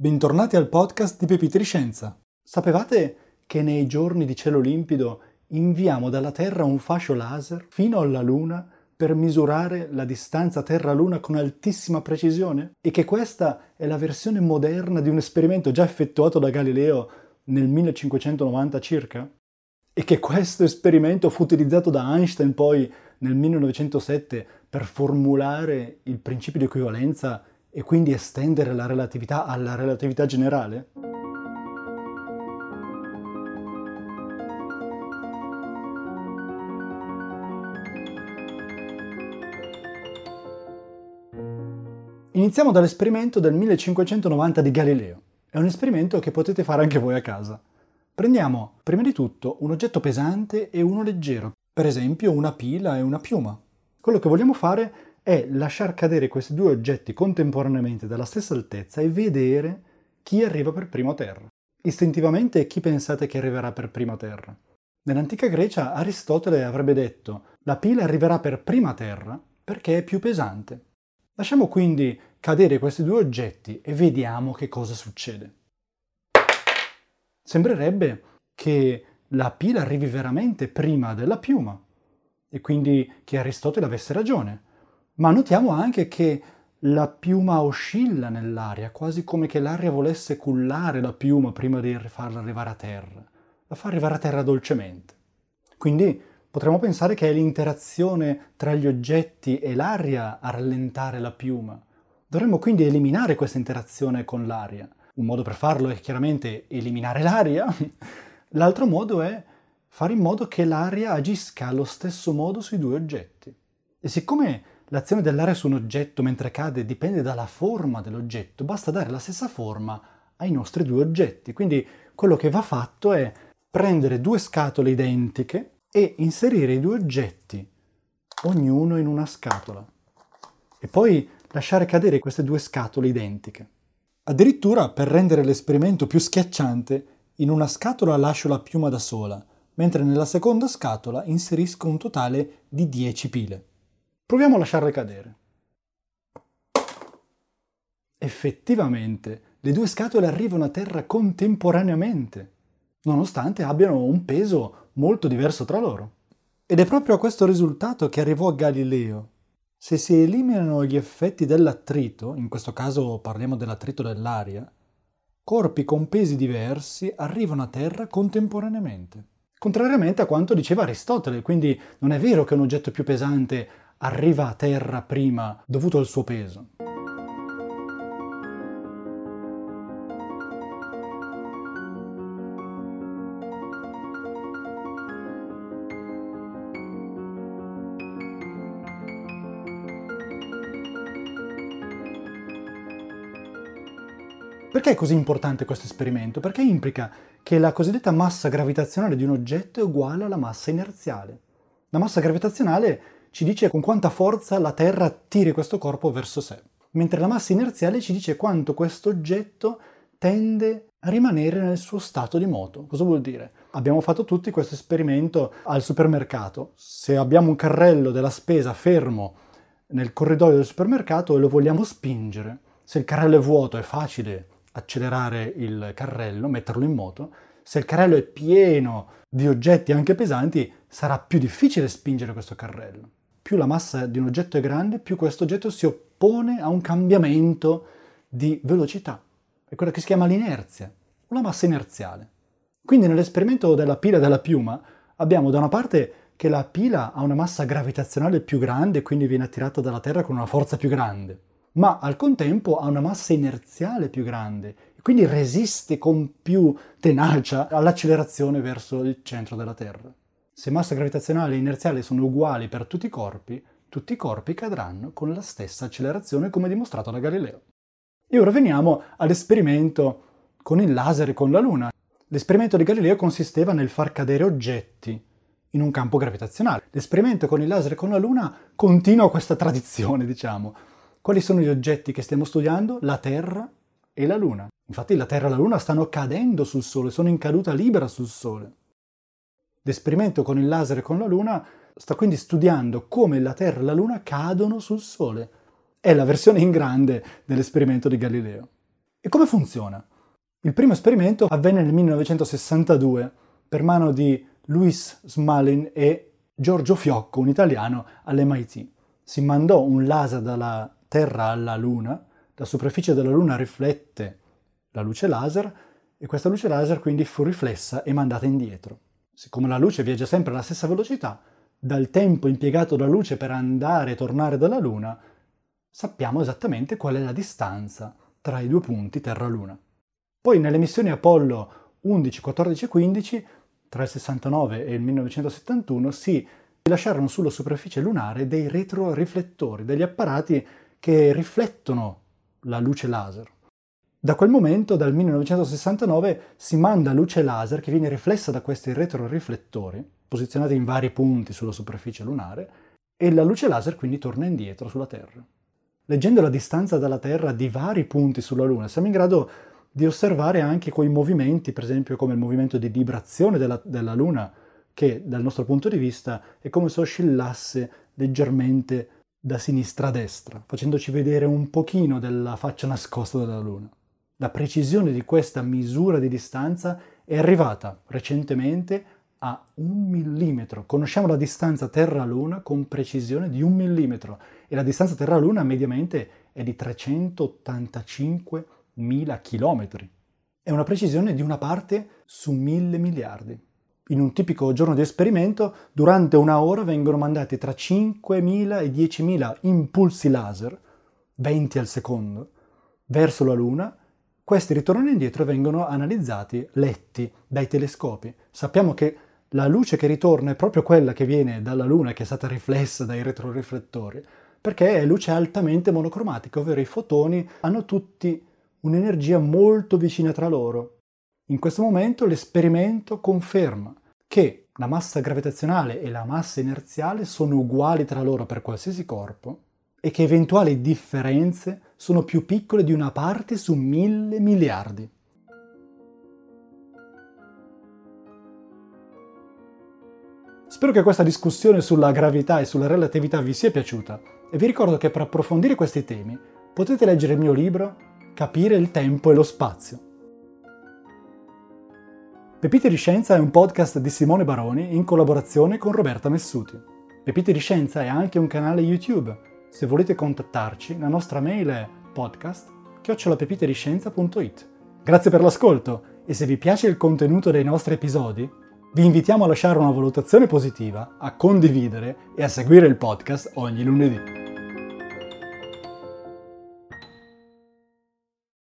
Bentornati al podcast di Pepite di Scienza. Sapevate che nei giorni di cielo limpido inviamo dalla Terra un fascio laser fino alla Luna per misurare la distanza Terra-Luna con altissima precisione? E che questa è la versione moderna di un esperimento già effettuato da Galileo nel 1590 circa? E che questo esperimento fu utilizzato da Einstein poi nel 1907 per formulare il principio di equivalenza e quindi estendere la relatività alla relatività generale? Iniziamo dall'esperimento del 1590 di Galileo. È un esperimento che potete fare anche voi a casa. Prendiamo, prima di tutto, un oggetto pesante e uno leggero, per esempio una pila e una piuma. Quello che vogliamo fare è lasciar cadere questi due oggetti contemporaneamente dalla stessa altezza e vedere chi arriva per primo a terra. Istintivamente, chi pensate che arriverà per primo a terra? Nell'antica Grecia Aristotele avrebbe detto: la pila arriverà per prima a terra perché è più pesante. Lasciamo quindi cadere questi due oggetti e vediamo che cosa succede. Sembrerebbe che la pila arrivi veramente prima della piuma e quindi che Aristotele avesse ragione. Ma notiamo anche che la piuma oscilla nell'aria, quasi come che l'aria volesse cullare la piuma prima di farla arrivare a terra. La fa arrivare a terra dolcemente. Quindi potremmo pensare che è l'interazione tra gli oggetti e l'aria a rallentare la piuma. Dovremmo quindi eliminare questa interazione con l'aria. Un modo per farlo è chiaramente eliminare l'aria. L'altro modo è fare in modo che l'aria agisca allo stesso modo sui due oggetti. E siccome l'azione dell'aria su un oggetto mentre cade dipende dalla forma dell'oggetto, basta dare la stessa forma ai nostri due oggetti. Quindi quello che va fatto è prendere due scatole identiche e inserire i due oggetti, ognuno in una scatola, e poi lasciare cadere queste due scatole identiche. Addirittura, per rendere l'esperimento più schiacciante, in una scatola lascio la piuma da sola, mentre nella seconda scatola inserisco un totale di 10 pile. Proviamo a lasciarle cadere. Effettivamente, le due scatole arrivano a terra contemporaneamente, nonostante abbiano un peso molto diverso tra loro. Ed è proprio a questo risultato che arrivò Galileo. Se si eliminano gli effetti dell'attrito, in questo caso parliamo dell'attrito dell'aria, corpi con pesi diversi arrivano a terra contemporaneamente. Contrariamente a quanto diceva Aristotele, quindi non è vero che un oggetto più pesante arriva a terra prima dovuto al suo peso. Perché è così importante questo esperimento? Perché implica che la cosiddetta massa gravitazionale di un oggetto è uguale alla massa inerziale. La massa gravitazionale ci dice con quanta forza la Terra tiri questo corpo verso sé, mentre la massa inerziale ci dice quanto questo oggetto tende a rimanere nel suo stato di moto. Cosa vuol dire? Abbiamo fatto tutti questo esperimento al supermercato. Se abbiamo un carrello della spesa fermo nel corridoio del supermercato e lo vogliamo spingere, se il carrello è vuoto è facile accelerare il carrello, metterlo in moto. Se il carrello è pieno di oggetti anche pesanti, sarà più difficile spingere questo carrello. Più la massa di un oggetto è grande, più questo oggetto si oppone a un cambiamento di velocità. È quella che si chiama l'inerzia, o la massa inerziale. Quindi nell'esperimento della pila e della piuma abbiamo da una parte che la pila ha una massa gravitazionale più grande e quindi viene attirata dalla Terra con una forza più grande, ma al contempo ha una massa inerziale più grande e quindi resiste con più tenacia all'accelerazione verso il centro della Terra. Se massa gravitazionale e inerziale sono uguali per tutti i corpi cadranno con la stessa accelerazione come dimostrato da Galileo. E ora veniamo all'esperimento con il laser e con la Luna. L'esperimento di Galileo consisteva nel far cadere oggetti in un campo gravitazionale. L'esperimento con il laser e con la Luna continua questa tradizione, diciamo. Quali sono gli oggetti che stiamo studiando? La Terra e la Luna. Infatti la Terra e la Luna stanno cadendo sul Sole, sono in caduta libera sul Sole. L'esperimento con il laser e con la Luna sta quindi studiando come la Terra e la Luna cadono sul Sole. È la versione in grande dell'esperimento di Galileo. E come funziona? Il primo esperimento avvenne nel 1962 per mano di Louis Smallin e Giorgio Fiocco, un italiano, all'MIT. Si mandò un laser dalla Terra alla Luna, la superficie della Luna riflette la luce laser e questa luce laser quindi fu riflessa e mandata indietro. Siccome la luce viaggia sempre alla stessa velocità, dal tempo impiegato dalla luce per andare e tornare dalla Luna, sappiamo esattamente qual è la distanza tra i due punti Terra-Luna. Poi nelle missioni Apollo 11, 14 e 15, tra il 69 e il 1971, si lasciarono sulla superficie lunare dei retroriflettori, degli apparati che riflettono la luce laser. Da quel momento, dal 1969, si manda luce laser che viene riflessa da questi retroriflettori, posizionati in vari punti sulla superficie lunare, e la luce laser quindi torna indietro sulla Terra. Leggendo la distanza dalla Terra di vari punti sulla Luna, siamo in grado di osservare anche quei movimenti, per esempio come il movimento di librazione della Luna, che dal nostro punto di vista è come se oscillasse leggermente da sinistra a destra, facendoci vedere un pochino della faccia nascosta della Luna. La precisione di questa misura di distanza è arrivata recentemente a 1 millimetro. Conosciamo la distanza Terra-Luna con precisione di 1 millimetro e la distanza Terra-Luna mediamente è di 385.000 chilometri. È una precisione di una parte su 1.000 miliardi. In un tipico giorno di esperimento, durante una ora vengono mandati tra 5.000 e 10.000 impulsi laser, 20 al secondo, verso la Luna. Questi ritornano indietro e vengono analizzati, letti dai telescopi. Sappiamo che la luce che ritorna è proprio quella che viene dalla Luna e che è stata riflessa dai retroriflettori, perché è luce altamente monocromatica, ovvero i fotoni hanno tutti un'energia molto vicina tra loro. In questo momento l'esperimento conferma che la massa gravitazionale e la massa inerziale sono uguali tra loro per qualsiasi corpo e che eventuali differenze sono più piccole di una parte su 1.000 miliardi. Spero che questa discussione sulla gravità e sulla relatività vi sia piaciuta e vi ricordo che per approfondire questi temi potete leggere il mio libro Capire il tempo e lo spazio. Pepite di Scienza è un podcast di Simone Baroni in collaborazione con Roberta Messuti. Pepite di Scienza è anche un canale YouTube. Se volete contattarci, la nostra mail è podcast@pepitediscienza.it. Grazie per l'ascolto e se vi piace il contenuto dei nostri episodi, vi invitiamo a lasciare una valutazione positiva, a condividere e a seguire il podcast ogni lunedì.